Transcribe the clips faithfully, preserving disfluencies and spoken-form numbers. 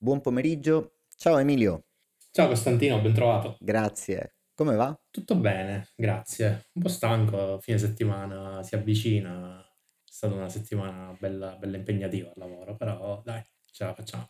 Buon pomeriggio. Ciao Emilio, Ciao Costantino, ben trovato. grazie. Come va? Tutto bene, grazie. Un po' stanco, fine settimana si avvicina. È stata una settimana bella, bella impegnativa al lavoro, però dai, ce la facciamo.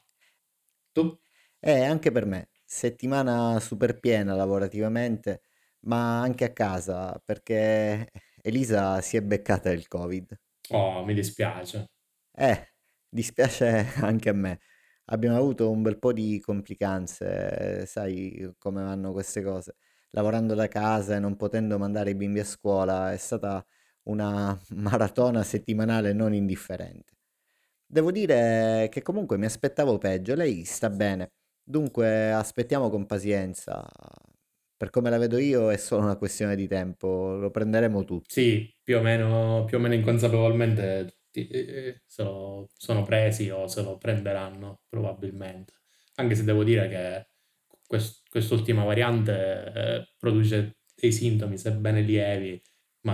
Tu? Eh, anche per me. Settimana super piena lavorativamente, ma anche a casa perché Elisa si è beccata il Covid. Oh, mi dispiace. Eh, dispiace anche a me. Abbiamo avuto un bel po' di complicanze, sai come vanno queste cose. Lavorando da casa e non potendo mandare i bimbi a scuola è stata una maratona settimanale non indifferente. Devo dire che comunque mi aspettavo peggio, lei sta bene, dunque aspettiamo con pazienza. Per come la vedo io è solo una questione di tempo, lo prenderemo tutti. Sì, più o meno, più o meno inconsapevolmente tutti eh, se lo sono presi o se lo prenderanno, probabilmente. Anche se devo dire che quest- quest'ultima variante eh, produce dei sintomi, sebbene lievi,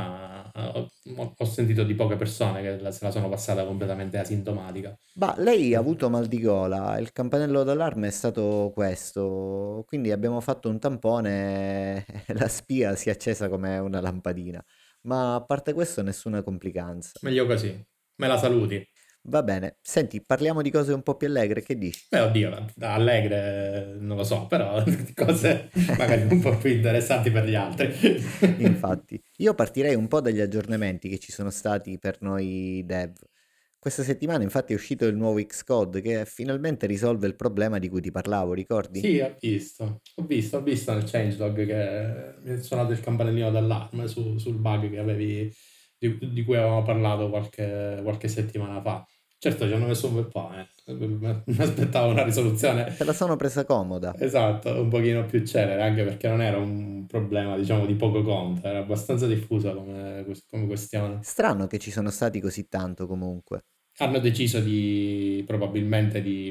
ma eh, ho, ho sentito di poche persone che la- se la sono passata completamente asintomatica. Bah, lei ha Eh, avuto mal di gola, il campanello d'allarme è stato questo, quindi abbiamo fatto un tampone e la spia si è accesa come una lampadina, ma a parte questo nessuna complicanza. Meglio così. Me la saluti. Va bene, senti, parliamo di cose un po' più allegre, che dici? Beh, oddio, allegre non lo so, però cose magari un po' più interessanti per gli altri. Infatti, io partirei un po' dagli aggiornamenti che ci sono stati per noi dev. Questa settimana infatti è uscito il nuovo Xcode che finalmente risolve il problema di cui ti parlavo, ricordi? Sì, ho visto, ho visto, ho visto nel changelog che mi è suonato il campanellino d'allarme su- sul bug che avevi, di, di cui avevamo parlato qualche, qualche settimana fa. Certo, ci hanno messo un bel po', eh. Mi aspettavo una risoluzione Se la sono presa comoda. esatto, un pochino più celere, anche perché non era un problema, diciamo, di poco conto, era abbastanza diffusa come, come questione. Strano che ci sono stati così tanto comunque. Hanno deciso di probabilmente di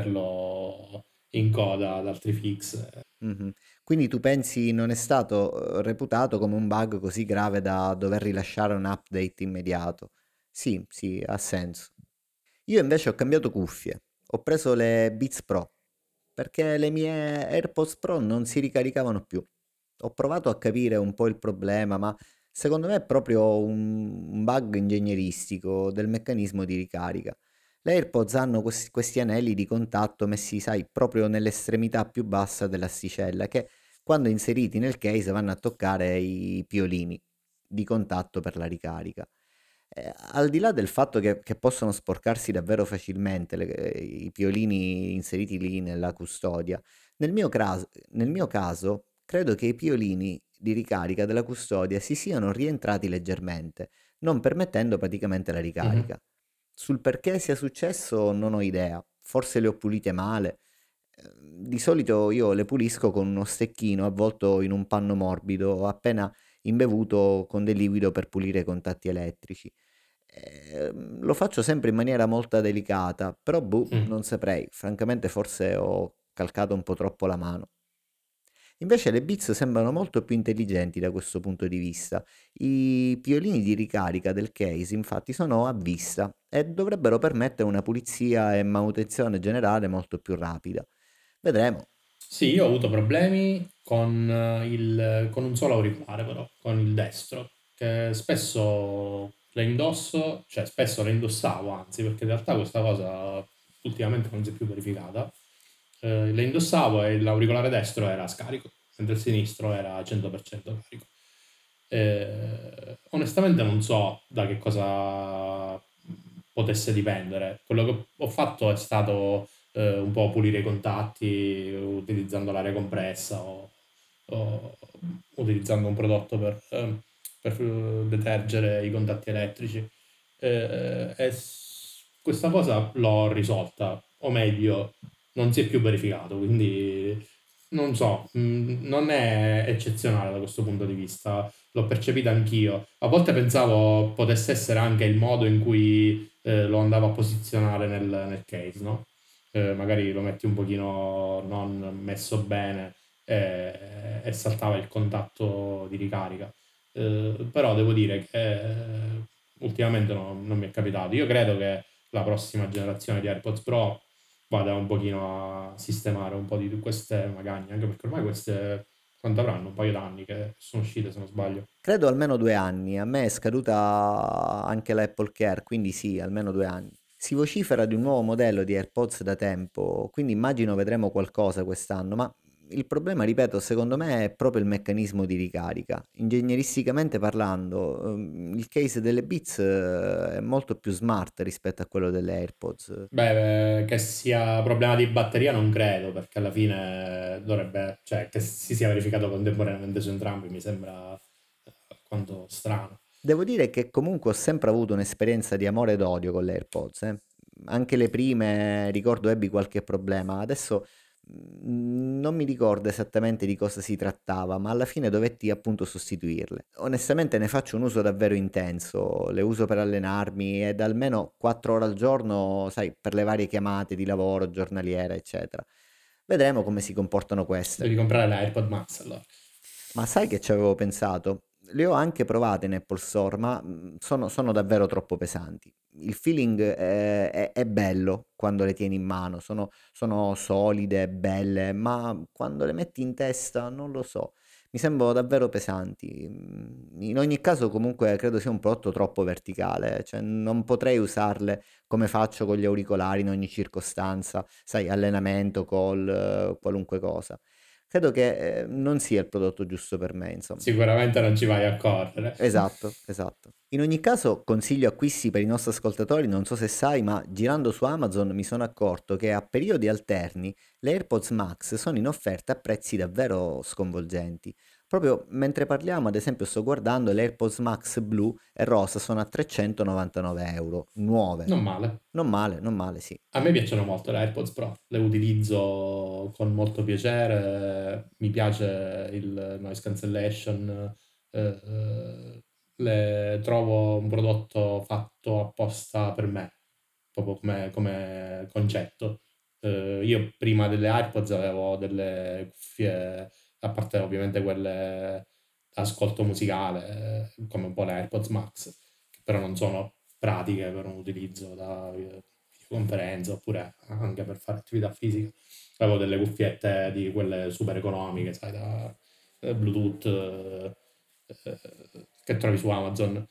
metterlo in coda ad altri fix. Mhm. Quindi tu pensi non è stato eh, reputato come un bug così grave da dover rilasciare un update immediato? Sì, sì, ha senso. Io invece ho cambiato cuffie. Ho preso le Beats Pro perché le mie AirPods Pro non si ricaricavano più. Ho provato a capire un po' il problema, ma secondo me è proprio un, un bug ingegneristico del meccanismo di ricarica. Le AirPods hanno questi, questi anelli di contatto messi, sai, proprio nell'estremità più bassa dell'asticella, che quando inseriti nel case vanno a toccare i piolini di contatto per la ricarica. Eh, al di là del fatto che, che possono sporcarsi davvero facilmente le- i piolini inseriti lì nella custodia, nel mio, cras- nel mio caso credo che i piolini di ricarica della custodia si siano rientrati leggermente, non permettendo praticamente la Mhm. ricarica. Sul perché sia successo non ho idea, forse le ho pulite male. Eh, Di solito io le pulisco con uno stecchino avvolto in un panno morbido, appena imbevuto con del liquido per pulire i contatti elettrici. Ehm, lo faccio sempre in maniera molto delicata, però boh, Mm. non saprei. Francamente forse ho calcato un po' troppo la mano. Invece le Beats sembrano molto più intelligenti da questo punto di vista. I piolini di ricarica del case infatti sono a vista e dovrebbero permettere una pulizia e manutenzione generale molto più rapida. Vedremo. Sì, io ho avuto problemi con, eh, il, con un solo auricolare, però, con il destro, che spesso le indosso, cioè spesso le indossavo, anzi, perché in realtà questa cosa ultimamente non si è più verificata. Eh, le indossavo e l'auricolare destro era scarico, mentre il sinistro era cento per cento carico. Eh, onestamente non so da che cosa potesse dipendere. Quello che ho fatto è stato eh, un po' pulire i contatti utilizzando l'aria compressa o, o utilizzando un prodotto per, eh, per eh, detergere i contatti elettrici. Eh, e s- questa cosa l'ho risolta, o meglio, non si è più verificato, quindi non so, mh, non è eccezionale da questo punto di vista, l'ho percepita anch'io. A volte pensavo potesse essere anche il modo in cui eh, lo andavo a posizionare nel, nel case, no? Eh, magari lo metti un pochino non messo bene e, e saltava il contatto di ricarica. Eh, però devo dire che eh, ultimamente no- non mi è capitato. Io credo che la prossima generazione di AirPods Pro vada un pochino a sistemare un po' di queste magagne, anche perché ormai queste, quanto avranno? Un paio d'anni che sono uscite, se non sbaglio. Credo almeno due anni, a me è scaduta anche la Apple Care, quindi sì, almeno due anni. Si vocifera di un nuovo modello di AirPods da tempo, quindi immagino vedremo qualcosa quest'anno, ma il problema, ripeto, secondo me è proprio il meccanismo di ricarica. Ingegneristicamente parlando, ehm, il case delle Beats eh, è molto più smart rispetto a quello delle AirPods. Beh, eh, che sia problema di batteria non credo, perché alla fine dovrebbe, cioè che si sia verificato contemporaneamente su entrambi mi sembra eh, alquanto strano. Devo dire che comunque ho sempre avuto un'esperienza di amore ed odio con le AirPods, eh. Anche le prime, ricordo, ebbi qualche problema. Adesso mm, non mi ricordo esattamente di cosa si trattava, ma alla fine dovetti appunto sostituirle. Onestamente ne faccio un uso davvero intenso, le uso per allenarmi ed almeno quattro ore al giorno, sai, per le varie chiamate di lavoro, giornaliere, eccetera. Vedremo come si comportano queste. Devi comprare la AirPod Max allora. Ma sai che ci avevo pensato? Le ho anche provate in Apple Store, ma mm, sono, sono davvero troppo pesanti. Il feeling è, è- è bello quando le tieni in mano, sono, sono solide, belle, ma quando le metti in testa non lo so, mi sembrano davvero pesanti. Mm, In ogni caso, comunque, credo sia un prodotto troppo verticale, cioè non potrei usarle come faccio con gli auricolari in ogni circostanza, sai, allenamento, call, eh, qualunque cosa. Credo che eh, non sia il prodotto giusto per me, insomma. Sicuramente non ci vai a correre. Esatto, esatto. In ogni caso, consiglio acquisti per i nostri ascoltatori, non so se sai, ma girando su Amazon mi sono accorto che a periodi alterni le AirPods Max sono in offerta a prezzi davvero sconvolgenti. Proprio mentre parliamo, ad esempio, sto guardando le AirPods Max blu e rosa sono a trecentonovantanove euro, nuove. Non male. Non male, non male, sì. A me piacciono molto le AirPods Pro, le utilizzo con molto piacere, mi piace il noise cancellation, eh, eh, le trovo un prodotto fatto apposta per me, proprio come, come concetto. Eh, io prima delle AirPods avevo delle cuffie, a parte ovviamente quelle da ascolto musicale, eh, come un po' le AirPods Max, che però non sono pratiche per un utilizzo da videoconferenza oppure anche per fare attività fisica. Avevo delle cuffiette di quelle super economiche, sai, da eh, Bluetooth eh, eh, che trovi su Amazon,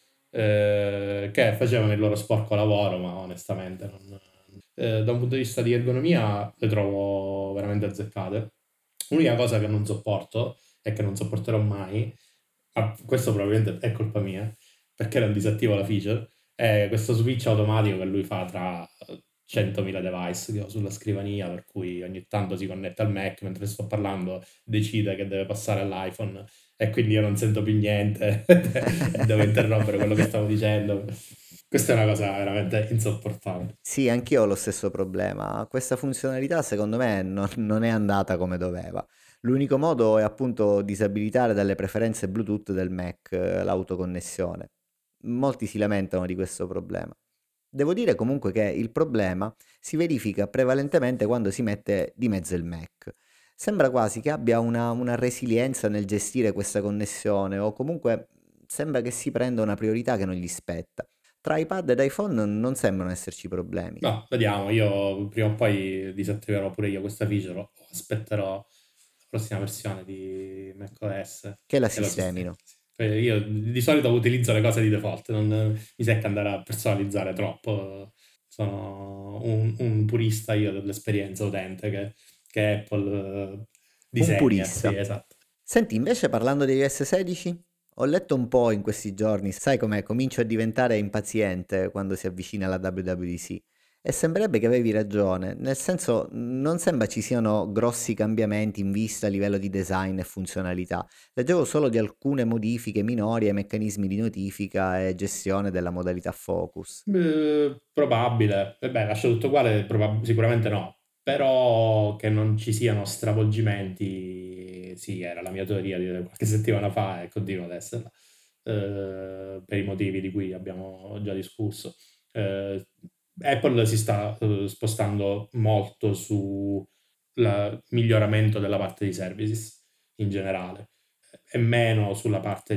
eh, che facevano il loro sporco lavoro, ma onestamente non, eh, da un punto di vista di ergonomia le trovo veramente azzeccate. L'unica cosa che non sopporto e che non sopporterò mai, ma questo probabilmente è colpa mia, perché non disattivo la feature, è questo switch automatico che lui fa tra centomila device che ho sulla scrivania, per cui ogni tanto si connette al Mac, mentre sto parlando decide che deve passare all'iPhone e quindi io non sento più niente e devo interrompere quello che stavo dicendo. Questa è una cosa veramente insopportabile. Sì, anch'io ho lo stesso problema. Questa funzionalità secondo me non, non è andata come doveva. L'unico modo è appunto disabilitare dalle preferenze Bluetooth del Mac eh, l'autoconnessione. Molti si lamentano di questo problema. Devo dire comunque che il problema si verifica prevalentemente quando si mette di mezzo il Mac. Sembra quasi che abbia una, una resilienza nel gestire questa connessione o comunque sembra che si prenda una priorità che non gli spetta. Tra iPad ed iPhone non sembrano esserci problemi. No, vediamo, io prima o poi disattiverò pure io questa feature o aspetterò la prossima versione di macOS Che la che la sistemi. sistemino. Sì. Poi io di solito utilizzo le cose di default, non mi secca andare a personalizzare troppo. Sono un, un purista io dell'esperienza utente che, che Apple eh, Un disegna. Sì, purista. esatto. Senti, invece parlando di iOS sedici, ho letto un po' in questi giorni, sai com'è, comincio a diventare impaziente quando si avvicina la W W D C. E sembrerebbe che avevi ragione, nel senso non sembra ci siano grossi cambiamenti in vista a livello di design e funzionalità. Leggevo solo di alcune modifiche minori ai meccanismi di notifica e gestione della modalità focus. Eh, probabile, e beh, lascia tutto uguale, probab- sicuramente no, però che non ci siano stravolgimenti, sì, era la mia teoria di qualche settimana fa e continua ad esserla, eh, per i motivi di cui abbiamo già discusso. Eh, Apple si sta eh, spostando molto su il miglioramento della parte di services in generale e meno sulla parte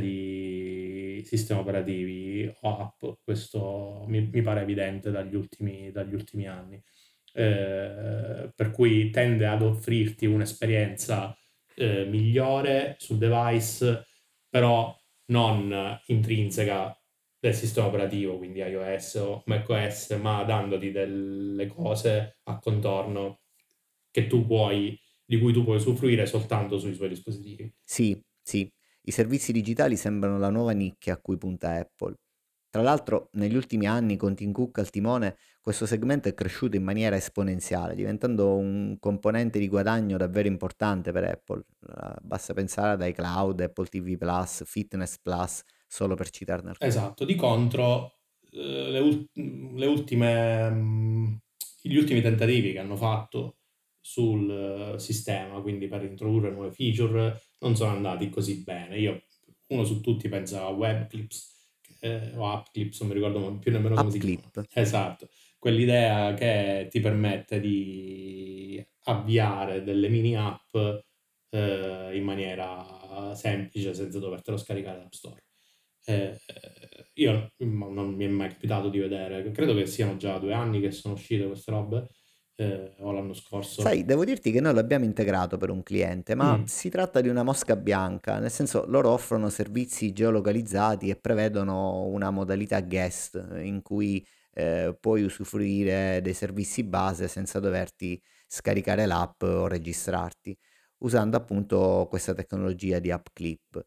di sistemi operativi o app, questo mi, mi pare evidente dagli ultimi, dagli ultimi anni. Eh, per cui tende ad offrirti un'esperienza eh, migliore sul device, però non intrinseca del sistema operativo, quindi iOS o macOS, ma dandoti delle cose a contorno che tu puoi, di cui tu puoi usufruire soltanto sui suoi dispositivi. Sì, sì, i servizi digitali sembrano la nuova nicchia a cui punta Apple. Tra l'altro, negli ultimi anni, con Tim Cook al timone, questo segmento è cresciuto in maniera esponenziale, diventando un componente di guadagno davvero importante per Apple. Eh, Basta pensare ad iCloud, Apple T V Plus, Fitness Plus, solo per citarne alcuni. Esatto, di contro, eh, le, ul- le ultime, mh, gli ultimi tentativi che hanno fatto sul eh, sistema, quindi per introdurre nuove feature, non sono andati così bene. Io, uno su tutti, penso a Web Clips eh, o App Clips, non mi ricordo più nemmeno come si chiamano. UpClip. Esatto, quell'idea che ti permette di avviare delle mini app eh, in maniera semplice senza dovertelo scaricare dall'App Store. Eh, io ma non mi è mai capitato di vedere, credo che siano già due anni che sono uscite queste robe, eh, o l'anno scorso. Sai, devo dirti che noi l'abbiamo integrato per un cliente, ma Mm, si tratta di una mosca bianca, nel senso loro offrono servizi geolocalizzati e prevedono una modalità guest eh, in cui eh, puoi usufruire dei servizi base senza doverti scaricare l'app o registrarti, usando appunto questa tecnologia di AppClip.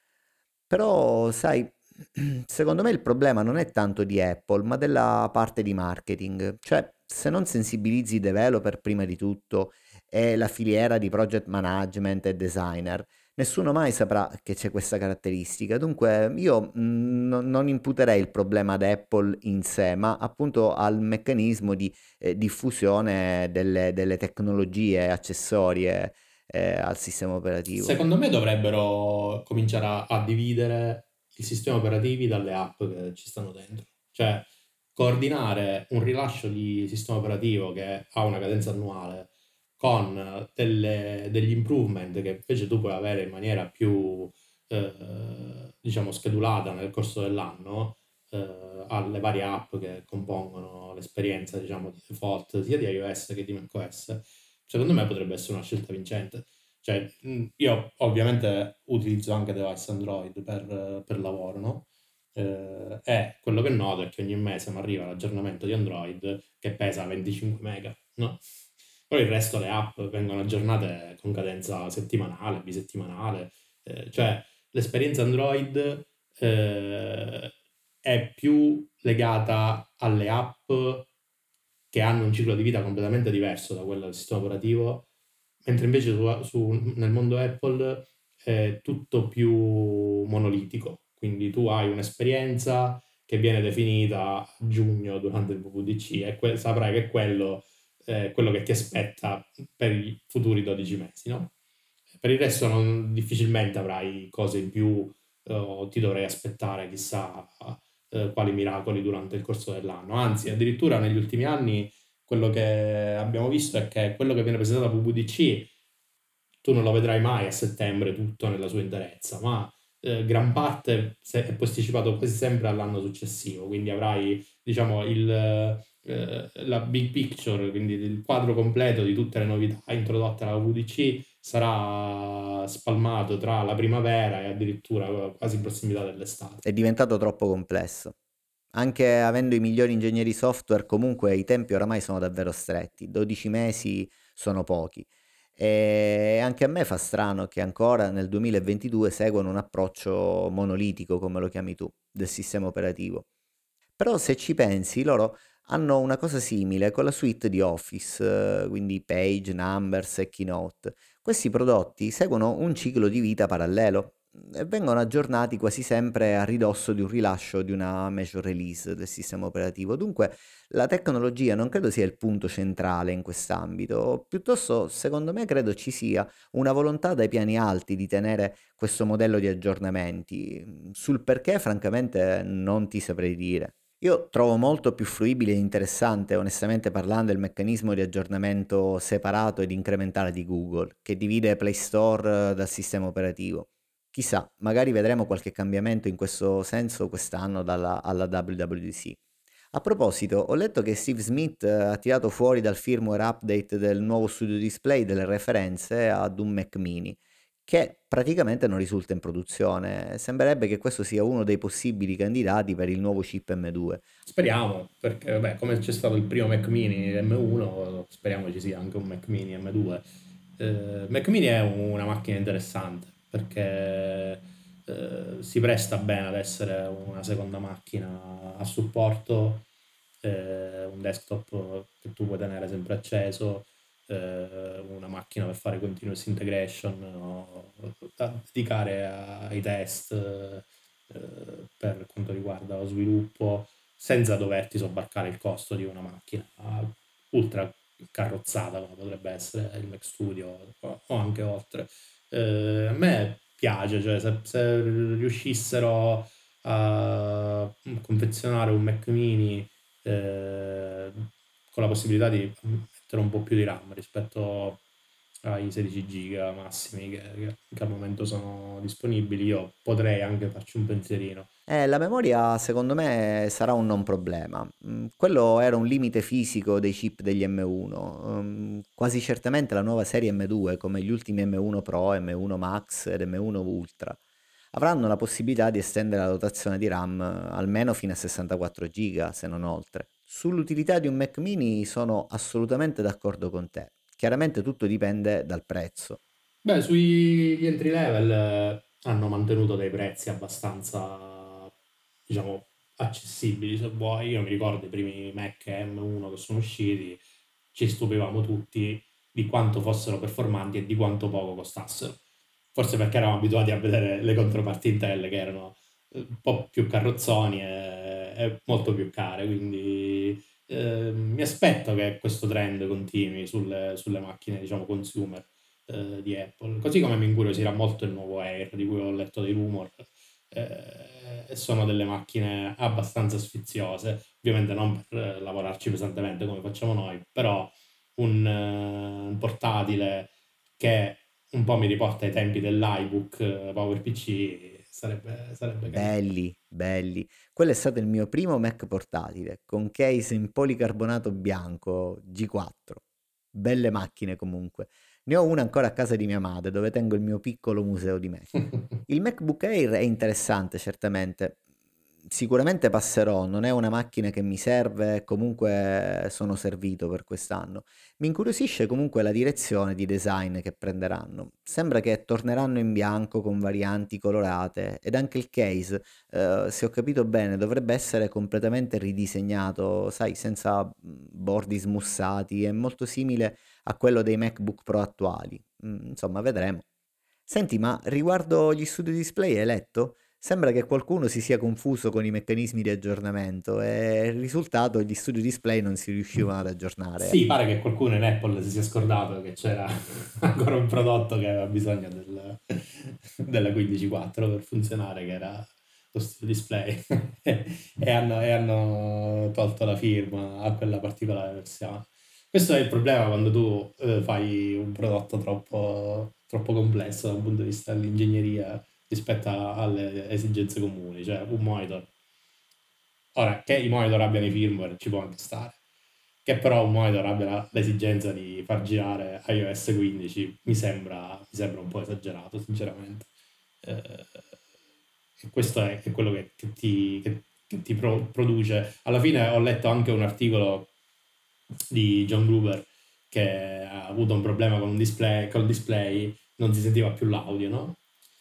Però, sai, secondo me il problema non è tanto di Apple, ma della parte di marketing. Cioè, se non sensibilizzi i developer prima di tutto e la filiera di project management e designer, nessuno mai saprà che c'è questa caratteristica. Dunque, io mm, non non imputerei il problema ad Apple in sé, ma appunto al meccanismo di eh, diffusione delle, delle tecnologie accessorie eh, al sistema operativo. Secondo me dovrebbero cominciare a, a dividere i sistemi operativi dalle app che ci stanno dentro. Cioè, coordinare un rilascio di sistema operativo che ha una cadenza annuale con delle- degli improvement che invece tu puoi avere in maniera più, eh, diciamo, schedulata nel corso dell'anno, eh, alle varie app che compongono l'esperienza, diciamo, di default sia di iOS che di macOS, secondo me potrebbe essere una scelta vincente. Cioè, mh, io ovviamente utilizzo anche device Android per, per lavoro, no? Eh, e quello che noto è che ogni mese mi arriva l'aggiornamento di Android che pesa venticinque mega, no? Poi il resto le app vengono aggiornate con cadenza settimanale, bisettimanale, eh, cioè l'esperienza Android eh, è più legata alle app che hanno un ciclo di vita completamente diverso da quello del sistema operativo, mentre invece su- su- nel mondo Apple è tutto più monolitico, quindi tu hai un'esperienza che viene definita a giugno durante il W W D C e que- saprai che quello è quello che ti aspetta per i futuri dodici mesi, no? Per il resto non- difficilmente avrai cose in più eh, o ti dovrei aspettare chissà eh, quali miracoli durante il corso dell'anno. Anzi, addirittura negli ultimi anni quello che abbiamo visto è che quello che viene presentato a W W D C tu non lo vedrai mai a settembre tutto nella sua interezza, ma eh, gran parte se- è posticipato quasi sempre all'anno successivo, quindi avrai, diciamo, il, eh, la big picture, quindi il quadro completo di tutte le novità introdotte alla W W D C sarà spalmato tra la primavera e addirittura quasi in prossimità dell'estate. È diventato troppo complesso. Anche avendo i migliori ingegneri software, comunque i tempi oramai sono davvero stretti, dodici mesi sono pochi. E anche a me fa strano che ancora nel duemilaventidue seguono un approccio monolitico, come lo chiami tu, del sistema operativo. Però se ci pensi, loro hanno una cosa simile con la suite di Office, eh, quindi Page, Numbers e Keynote. Questi prodotti seguono un ciclo di vita parallelo mm, e vengono aggiornati quasi sempre a ridosso di un rilascio di una major release del sistema operativo. Dunque la tecnologia non credo sia il punto centrale in quest'ambito, piuttosto secondo me credo ci sia una volontà dai piani alti di tenere questo modello di aggiornamenti. Sul perché francamente non ti saprei dire. Io trovo molto più fruibile e interessante, onestamente parlando, il meccanismo di aggiornamento separato ed incrementale di Google, che divide Play Store eh, dal sistema operativo. Chissà, magari vedremo qualche cambiamento in questo senso quest'anno dalla, alla W W D C. A proposito, ho letto che Steve Smith eh, ha tirato fuori dal firmware update del nuovo Studio Display delle referenze ad un Mac mini, che praticamente non risulta in produzione. Sembrerebbe che questo sia uno dei possibili candidati per il nuovo chip M due. Speriamo, perché vabbè, come c'è stato il primo Mac mini M uno, speriamo ci sia anche un Mac mini M due. Eh, Mac mini è una macchina interessante perché eh, si presta bene ad essere una seconda macchina a supporto, eh, un desktop che tu puoi tenere sempre acceso, eh, una macchina per fare continuous integration o da dedicare ai test, eh, per quanto riguarda lo sviluppo, senza doverti sobbarcare il costo di una macchina ultra carrozzata come potrebbe essere il Mac Studio o o anche oltre. Eh, a me piace, cioè se, se riuscissero a confezionare un Mac mini eh, con la possibilità di mettere un po' più di RAM rispetto ai sedici giga massimi che, che- che al momento sono disponibili, io potrei anche farci un pensierino. Eh, la memoria secondo me sarà un non problema. Mm, quello era un limite fisico dei chip degli M uno. Mm, quasi certamente la nuova serie M due, come gli ultimi M uno Pro, M uno Max ed M uno Ultra, avranno la possibilità di estendere la dotazione di RAM eh, almeno fino a sessantaquattro giga, se non oltre. Sull'utilità di un Mac mini sono assolutamente d'accordo con te. Chiaramente tutto dipende dal prezzo. Beh, sugli entry level eh, hanno mantenuto dei prezzi abbastanza, diciamo, accessibili se vuoi. Io mi ricordo i primi Mac M uno che sono usciti, ci stupivamo tutti di quanto fossero performanti e di quanto poco costassero. Forse perché eravamo abituati a vedere le controparti Intel che erano eh, un po' più carrozzoni e, e molto più care, quindi eh, mi aspetto che questo trend continui sulle, sulle macchine, diciamo, consumer eh, di Apple. Così come mi incuriosirà molto il nuovo Air, di cui ho letto dei rumor, eh, e sono delle macchine abbastanza sfiziose, ovviamente non per eh, lavorarci pesantemente come facciamo noi, però un, eh, un portatile che un po' mi riporta ai tempi dell'iBook eh, PowerPC sarebbe, sarebbe carino. Belli, belli. Quello è stato il mio primo Mac portatile, con case in policarbonato bianco G quattro. Belle macchine comunque. Ne ho una ancora a casa di mia madre, dove tengo il mio piccolo museo di Mac. Il MacBook Air è interessante, certamente. Sicuramente passerò, non è una macchina che mi serve, comunque sono servito per quest'anno. Mi incuriosisce comunque la direzione di design che prenderanno. Sembra che torneranno in bianco con varianti colorate ed anche il case, eh, se ho capito bene, dovrebbe essere completamente ridisegnato, sai, senza mm, bordi smussati, è molto simile a quello dei MacBook Pro attuali. Mm, insomma, vedremo. Senti, ma riguardo gli studio display hai letto? Sembra che qualcuno si sia confuso con i meccanismi di aggiornamento e il risultato gli studio display non si riuscivano ad aggiornare. Sì, pare che qualcuno in Apple si sia scordato che c'era ancora un prodotto che aveva bisogno del- della quindici quattro per funzionare, che era lo studio display, e hanno, e hanno tolto la firma a quella particolare versione. Questo è il problema quando tu eh, fai un prodotto troppo, troppo complesso dal punto di vista dell'ingegneria rispetto a- alle esigenze comuni, cioè un monitor. Ora, che i monitor abbiano i firmware ci può anche stare, che però un monitor abbia la- l'esigenza di far girare iOS quindici mi sembra, mi sembra un po' esagerato, sinceramente. Eh, e questo è, è quello che, che ti, che- che ti pro- produce. Alla fine ho letto anche un articolo di John Gruber che ha avuto un problema con un display, col display, non si sentiva più l'audio, no?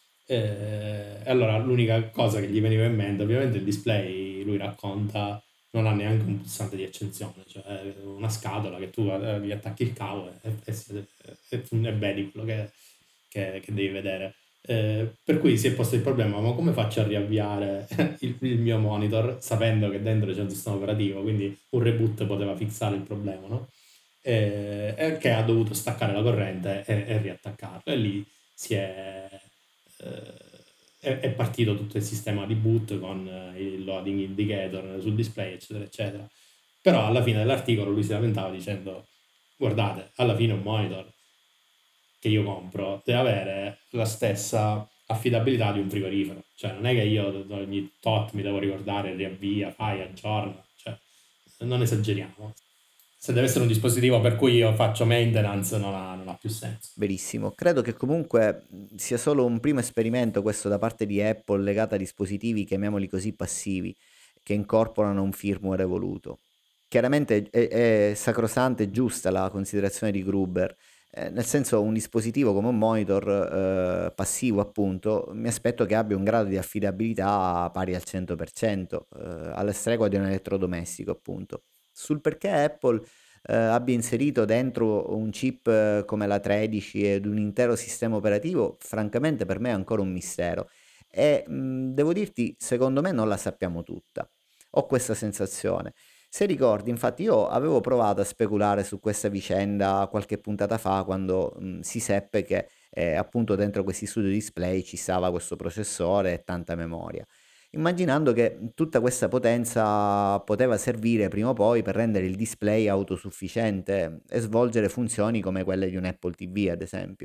Eh, E allora l'unica cosa che gli veniva in mente, ovviamente il display, lui racconta, non ha neanche un pulsante di accensione, cioè una scatola che tu eh, gli attacchi il cavo e, e, si- e, e vedi quello che, che- che devi vedere. Eh, per cui si è posto il problema, ma come faccio a riavviare il, il mio monitor sapendo che dentro c'è un sistema operativo, quindi un reboot poteva fissare il problema, no? E, e che ha dovuto staccare la corrente e, e riattaccarlo. E lì si è, eh, è, è partito tutto il sistema di boot con eh, il loading indicator sul display, eccetera, eccetera. Però alla fine dell'articolo lui si lamentava dicendo: guardate, alla fine un monitor che io compro deve avere la stessa affidabilità di un frigorifero. Cioè, non è che io ogni tot mi devo ricordare, riavvia, fai, aggiorna. Cioè, non esageriamo. Se deve essere un dispositivo per cui io faccio maintenance non ha, non ha più senso. Verissimo. Credo che comunque mh, sia solo un primo esperimento questo da parte di Apple legato a dispositivi, chiamiamoli così, passivi, che incorporano un firmware evoluto. Chiaramente è, è sacrosanta e giusta la considerazione di Gruber, eh, nel senso un dispositivo come un monitor eh, passivo, appunto, mi aspetto che abbia un grado di affidabilità pari al cento per cento, eh, alla stregua di un elettrodomestico, appunto. Sul perché Apple eh, abbia inserito dentro un chip eh, come la tredici ed un intero sistema operativo, francamente per me è ancora un mistero. E mh, devo dirti, secondo me non la sappiamo tutta. Ho questa sensazione. Se ricordi, infatti, io avevo provato a speculare su questa vicenda qualche puntata fa, quando mh, si seppe che eh, appunto dentro questi studio display ci stava questo processore e tanta memoria, immaginando che tutta questa potenza poteva servire prima o poi per rendere il display autosufficiente e svolgere funzioni come quelle di un Apple T V, ad esempio.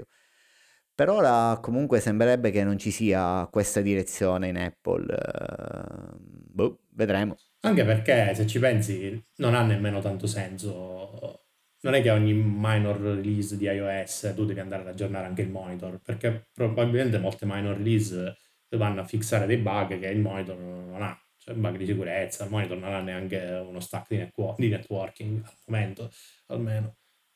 Per ora comunque sembrerebbe che non ci sia questa direzione in Apple. eh, boh, vedremo. Anche perché se ci pensi non ha nemmeno tanto senso. Non è che ogni minor release di iOS tu devi andare ad aggiornare anche il monitor, perché probabilmente molte minor release vanno a fissare dei bug che il monitor non ha, cioè bug di sicurezza, il monitor non ha neanche uno stack di, netwo- di networking al momento, almeno.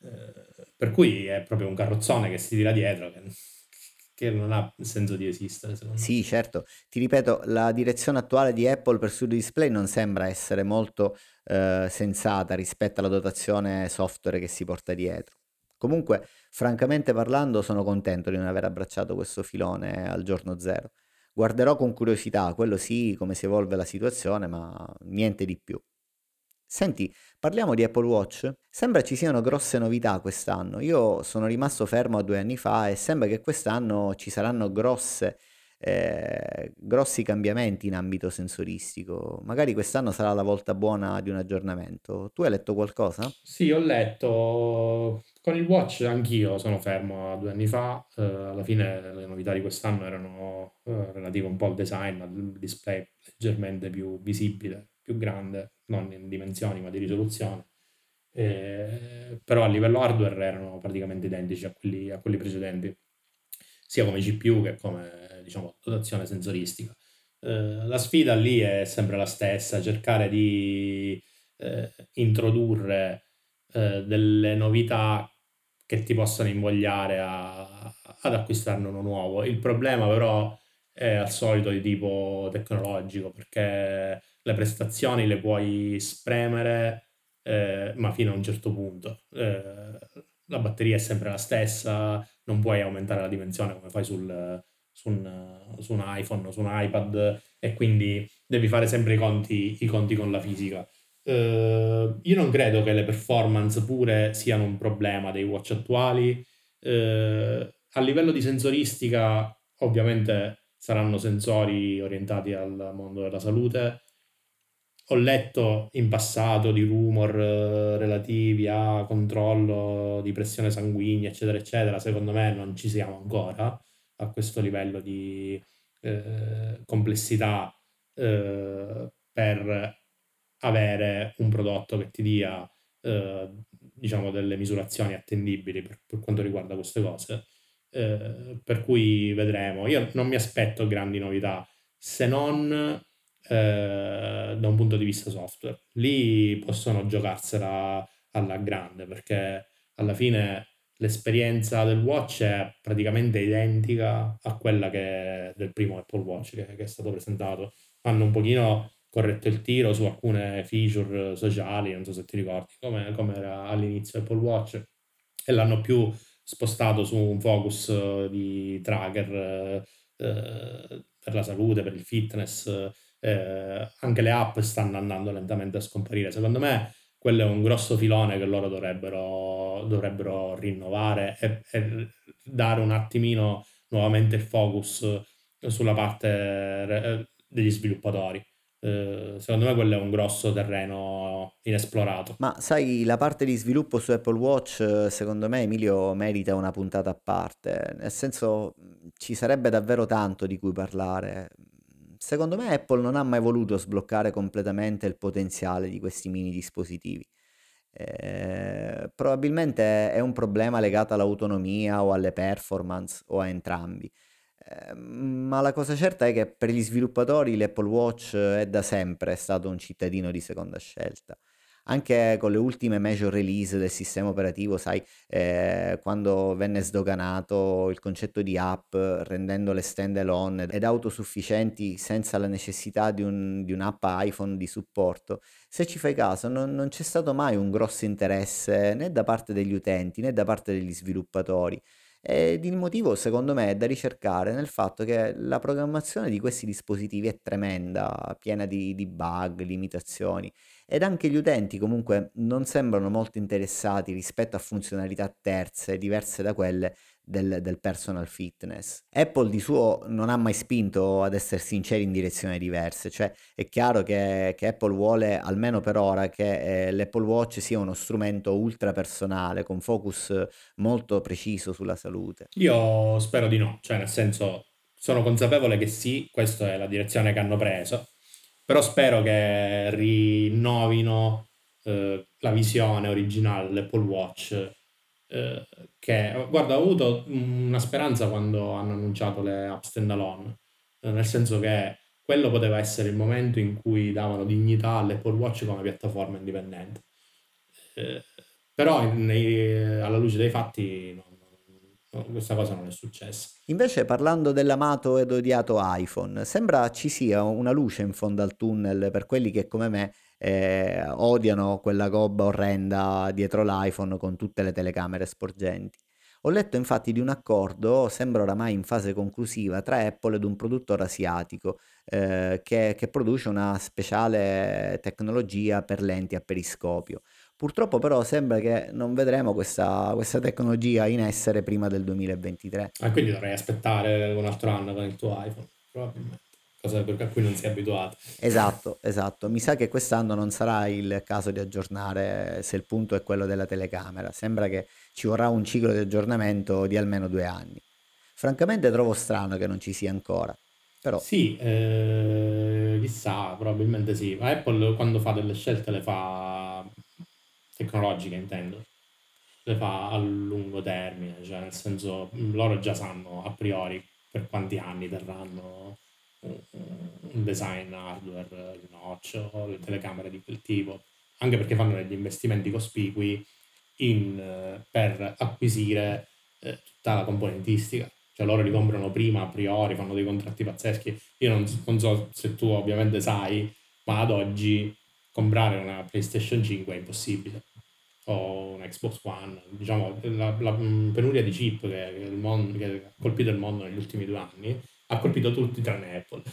Eh, per cui è proprio un carrozzone che si tira dietro, che, che non ha senso di esistere, secondo me. Sì, certo. Ti ripeto, la direzione attuale di Apple per Studio Display non sembra essere molto eh, sensata rispetto alla dotazione software che si porta dietro. Comunque, francamente parlando, sono contento di non aver abbracciato questo filone al giorno zero. Guarderò con curiosità, quello sì, come si evolve la situazione, ma niente di più. Senti, parliamo di Apple Watch? Sembra ci siano grosse novità quest'anno. Io sono rimasto fermo a due anni fa e sembra che quest'anno ci saranno grosse, eh, grossi cambiamenti in ambito sensoristico. Magari quest'anno sarà la volta buona di un aggiornamento. Tu hai letto qualcosa? Sì, ho letto con il Watch anch'io sono fermo a due anni fa. Eh, alla fine le novità di quest'anno erano eh, relative un po' al design, al display leggermente più visibile, più grande, non in dimensioni ma di risoluzione. Eh, però a livello hardware erano praticamente identici a quelli, a quelli precedenti, sia come G P U che come diciamo, dotazione sensoristica. Eh, la sfida lì è sempre la stessa, cercare di eh, introdurre eh, delle novità che ti possano invogliare a- ad acquistarne uno nuovo. Il problema però è al solito di tipo tecnologico, perché le prestazioni le puoi spremere, eh, ma fino a un certo punto. Eh, la batteria è sempre la stessa, non puoi aumentare la dimensione come fai sul, su un, su un iPhone o su un iPad, e quindi devi fare sempre i conti, i conti con la fisica. Eh, io non credo che le performance pure siano un problema dei watch attuali. Eh, a livello di sensoristica, ovviamente saranno sensori orientati al mondo della salute. Ho letto in passato di rumor eh, relativi a controllo di pressione sanguigna, eccetera, eccetera. Secondo me non ci siamo ancora a questo livello di eh, complessità eh, per avere un prodotto che ti dia eh, diciamo delle misurazioni attendibili per, per quanto riguarda queste cose. Eh, per cui vedremo. Io non mi aspetto grandi novità, se non eh, da un punto di vista software. Lì possono giocarsela alla grande, perché alla fine l'esperienza del Watch è praticamente identica a quella che del primo Apple Watch che, che è stato presentato. Hanno un pochino corretto il tiro su alcune feature sociali, non so se ti ricordi, come, come era all'inizio Apple Watch, e l'hanno più spostato su un focus eh, di tracker eh, eh, per la salute, per il fitness. Eh, anche le app stanno andando lentamente a scomparire. Secondo me quello è un grosso filone che loro dovrebbero, dovrebbero rinnovare e, e dare un attimino nuovamente il focus sulla parte eh, degli sviluppatori. Eh, secondo me quello è un grosso terreno inesplorato. Ma sai, la parte di sviluppo su Apple Watch, eh, secondo me, Emilio, merita una puntata a parte. Nel senso, mh, ci sarebbe davvero tanto di cui parlare. secondo me Apple non ha mai voluto sbloccare completamente il potenziale di questi mini dispositivi. Eh, probabilmente è un problema legato all'autonomia o alle performance o a entrambi. Eh, ma la cosa certa è che per gli sviluppatori l'Apple Watch è da sempre stato un cittadino di seconda scelta. Anche con le ultime major release del sistema operativo, sai, eh, quando venne sdoganato il concetto di app, rendendole stand-alone ed autosufficienti senza la necessità di, un- di un'app iPhone di supporto, se ci fai caso, non, non c'è stato mai un grosso interesse né da parte degli utenti né da parte degli sviluppatori. Ed il motivo, secondo me, è da ricercare nel fatto che la programmazione di questi dispositivi è tremenda, piena di, di bug, limitazioni, ed anche gli utenti comunque non sembrano molto interessati rispetto a funzionalità terze, diverse da quelle del, del personal fitness. Apple di suo non ha mai spinto, ad essere sinceri, in direzioni diverse, cioè è chiaro che, che Apple vuole, almeno per ora, che eh, l'Apple Watch sia uno strumento ultra personale, con focus molto preciso sulla salute. Io spero di no, cioè nel senso sono consapevole che sì, questa è la direzione che hanno preso, però spero che rinnovino eh, la visione originale dell'Apple Watch, eh, che guarda, ho avuto una speranza quando hanno annunciato le app standalone, eh, nel senso che quello poteva essere il momento in cui davano dignità all'Apple Watch come piattaforma indipendente. Eh, però nei- alla luce dei fatti non- non- questa cosa non è successa. Invece, parlando dell'amato ed odiato iPhone, sembra ci sia una luce in fondo al tunnel per quelli che come me eh, odiano quella gobba orrenda dietro l'iPhone con tutte le telecamere sporgenti. Ho letto infatti di un accordo, sembra oramai in fase conclusiva, tra Apple ed un produttore asiatico eh, che, che produce una speciale tecnologia per lenti a periscopio. Purtroppo però sembra che non vedremo questa, questa tecnologia in essere prima del duemilaventitré. Ah, quindi dovrei aspettare un altro anno con il tuo iPhone, probabilmente, cosa per- a cui non sei abituato. Esatto, esatto. Mi sa che quest'anno non sarà il caso di aggiornare se il punto è quello della telecamera. Sembra che ci vorrà un ciclo di aggiornamento di almeno due anni. Francamente trovo strano che non ci sia ancora, però Sì, eh, chissà, probabilmente sì. Ma Apple quando fa delle scelte le fa tecnologiche, intendo, le fa a lungo termine, cioè nel senso mh, loro già sanno a priori per quanti anni terranno un un design hardware, il notch o le telecamere di quel tipo, anche perché fanno degli investimenti cospicui in, eh, per acquisire eh, tutta la componentistica. Cioè loro li comprano prima a priori, fanno dei contratti pazzeschi. Io non, non so se tu ovviamente sai, ma ad oggi comprare una PlayStation cinque è impossibile. O un Xbox One. Diciamo, la, la mm, penuria di chip che, che il mon- che ha colpito il mondo negli ultimi due anni ha colpito tutti tranne Apple.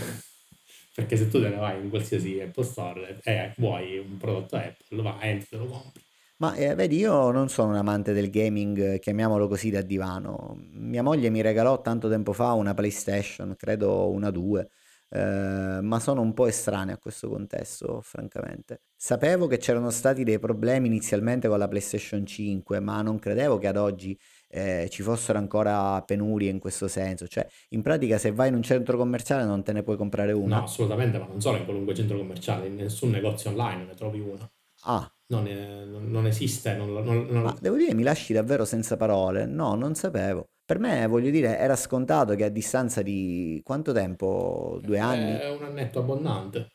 Perché se tu te ne vai in qualsiasi Apple Store e vuoi un prodotto Apple, vai, entri, te lo compri. ma eh, vedi, io non sono un amante del gaming, eh, chiamiamolo così, da divano. Mia moglie mi regalò tanto tempo fa una PlayStation, credo una due, eh, ma sono un po' estraneo a questo contesto, francamente. Sapevo che c'erano stati dei problemi inizialmente con la PlayStation cinque, ma non credevo che ad oggi eh, ci fossero ancora penurie in questo senso. Cioè, in pratica, se vai in un centro commerciale non te ne puoi comprare No, una? assolutamente, ma non solo in qualunque centro commerciale, in nessun negozio online ne trovi una. Ah. Non, è- non- non esiste, non, non- Ma non- devo dire, mi lasci davvero senza parole. No, non sapevo. Per me, voglio dire, era scontato che a distanza di quanto tempo? Due anni? è un annetto abbondante.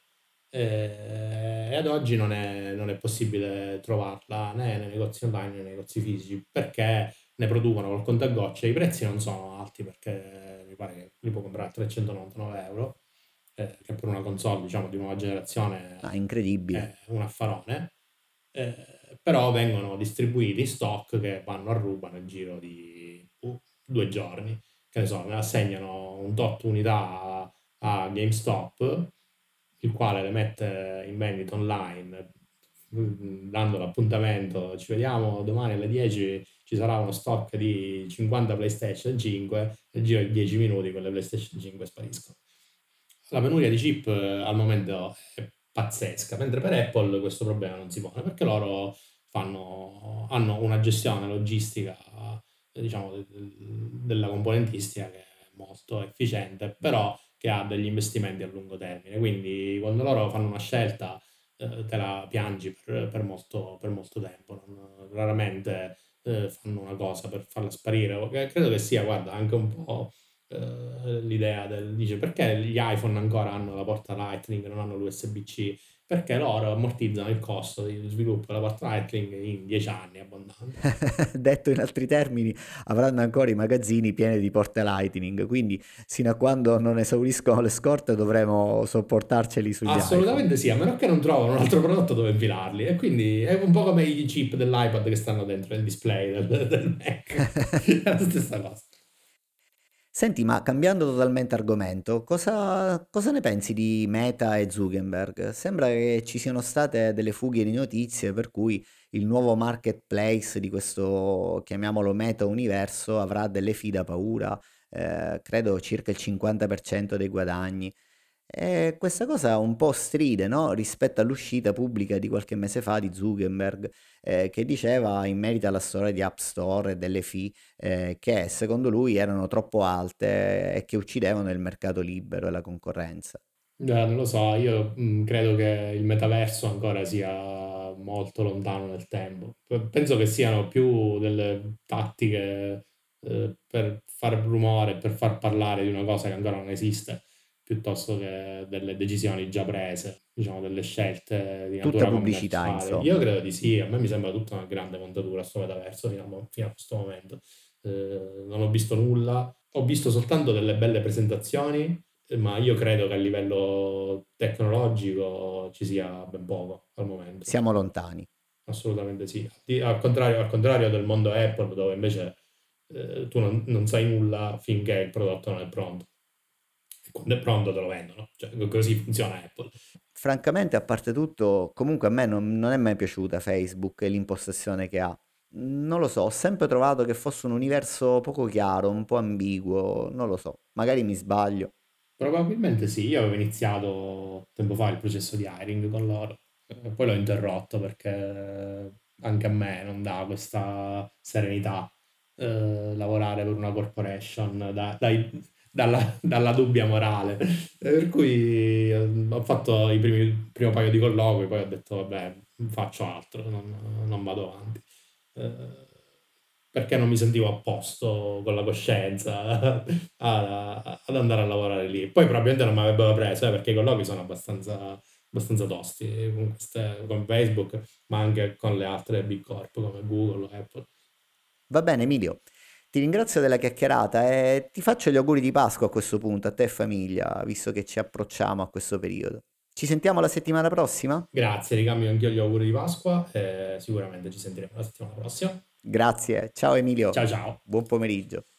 Eh, E, ad oggi non è, non è possibile trovarla né nei negozi online né nei negozi fisici perché ne producono col contagocce. I prezzi non sono alti perché mi pare che li può comprare a trecentonovantanove euro, eh, che per una console diciamo di nuova generazione Ah, incredibile. è un affarone. Eh, Però vengono distribuiti in stock che vanno a ruba nel giro di uh, due giorni. Che ne so, ne assegnano un tot unità a, a GameStop, il quale le mette in vendita online, mm, dando l'appuntamento, ci vediamo domani alle dieci, ci sarà uno stock di cinquanta PlayStation cinque, nel giro di dieci minuti quelle PlayStation cinque spariscono. La penuria di chip eh, al momento è pazzesca, mentre per Apple questo problema non si pone perché loro fanno, hanno una gestione logistica, eh, diciamo, de- de- della componentistica che è molto efficiente, però che ha degli investimenti a lungo termine. Quindi quando loro fanno una scelta, eh, te la piangi per, per molto, per molto tempo. Non- raramente eh, fanno una cosa per farla sparire. O che- Credo che sia, guarda, anche un po' eh, l'idea del... Dice, perché gli iPhone ancora hanno la porta Lightning, non hanno l'U S B-C? Perché loro ammortizzano il costo di sviluppo della porta Lightning in dieci anni abbondanti. Detto in altri termini, avranno ancora i magazzini pieni di porte Lightning, quindi sino a quando non esauriscono le scorte dovremo sopportarceli sugli iPhone. Assolutamente sì, a meno che non trovano un altro prodotto dove infilarli. E quindi è un po' come i chip dell'iPad che stanno dentro il display del, del Mac. È la stessa cosa. Senti, ma cambiando totalmente argomento, cosa, cosa ne pensi di Meta e Zuckerberg? Sembra che ci siano state delle fughe di notizie per cui il nuovo marketplace di questo, chiamiamolo Meta Universo, avrà delle fee da paura, eh, credo circa il cinquanta per cento dei guadagni. E questa cosa un po' stride, no? Rispetto all'uscita pubblica di qualche mese fa di Zuckerberg, eh, che diceva in merito alla storia di App Store e delle fee eh, che secondo lui erano troppo alte e che uccidevano il mercato libero e la concorrenza. Eh, non lo so, io mh, credo che il metaverso ancora sia molto lontano nel tempo. P- Penso che siano più delle tattiche eh, per far rumore, per far parlare di una cosa che ancora non esiste, piuttosto che delle decisioni già prese, diciamo delle scelte di Tutta natura pubblicità, commerciale. Io insomma. credo di sì, a me mi sembra tutta una grande montatura sto metaverso fino a, mo- fino a questo momento. Eh, non ho visto nulla, ho visto soltanto delle belle presentazioni, ma io credo che a livello tecnologico ci sia ben poco al momento. Siamo lontani. Assolutamente sì. Di- Al contrario, al contrario del mondo Apple, dove invece eh, tu non, non sai nulla finché il prodotto non è pronto. E quando è pronto te lo vendono. Cioè, così funziona Apple. Francamente, a parte tutto, comunque a me non, non è mai piaciuta Facebook e l'impostazione che ha. Non lo so, ho sempre trovato che fosse un universo poco chiaro, un po' ambiguo, non lo so, magari mi sbaglio. Probabilmente sì, io avevo iniziato tempo fa il processo di hiring con loro, eh, poi l'ho interrotto perché anche a me non dà questa serenità eh, lavorare per una corporation da- dai- dalla, dalla dubbia morale. Eh, Per cui eh, ho fatto i primi, il primo paio di colloqui, poi ho detto vabbè, faccio altro, non, non vado avanti. Eh, perché non mi sentivo a posto con la coscienza a- ad andare a lavorare lì. Poi probabilmente non mi avrebbero preso, eh, perché i colloqui sono abbastanza, abbastanza tosti con, queste- con Facebook, ma anche con le altre big corp come Google o Apple. Va bene, Emilio, ti ringrazio della chiacchierata e ti faccio gli auguri di Pasqua a questo punto, a te e famiglia, visto che ci approcciamo a questo periodo. Ci sentiamo la settimana prossima? Grazie, ricambio anch'io gli auguri di Pasqua e sicuramente ci sentiremo la settimana prossima. Grazie, ciao Emilio, Ciao ciao! buon pomeriggio.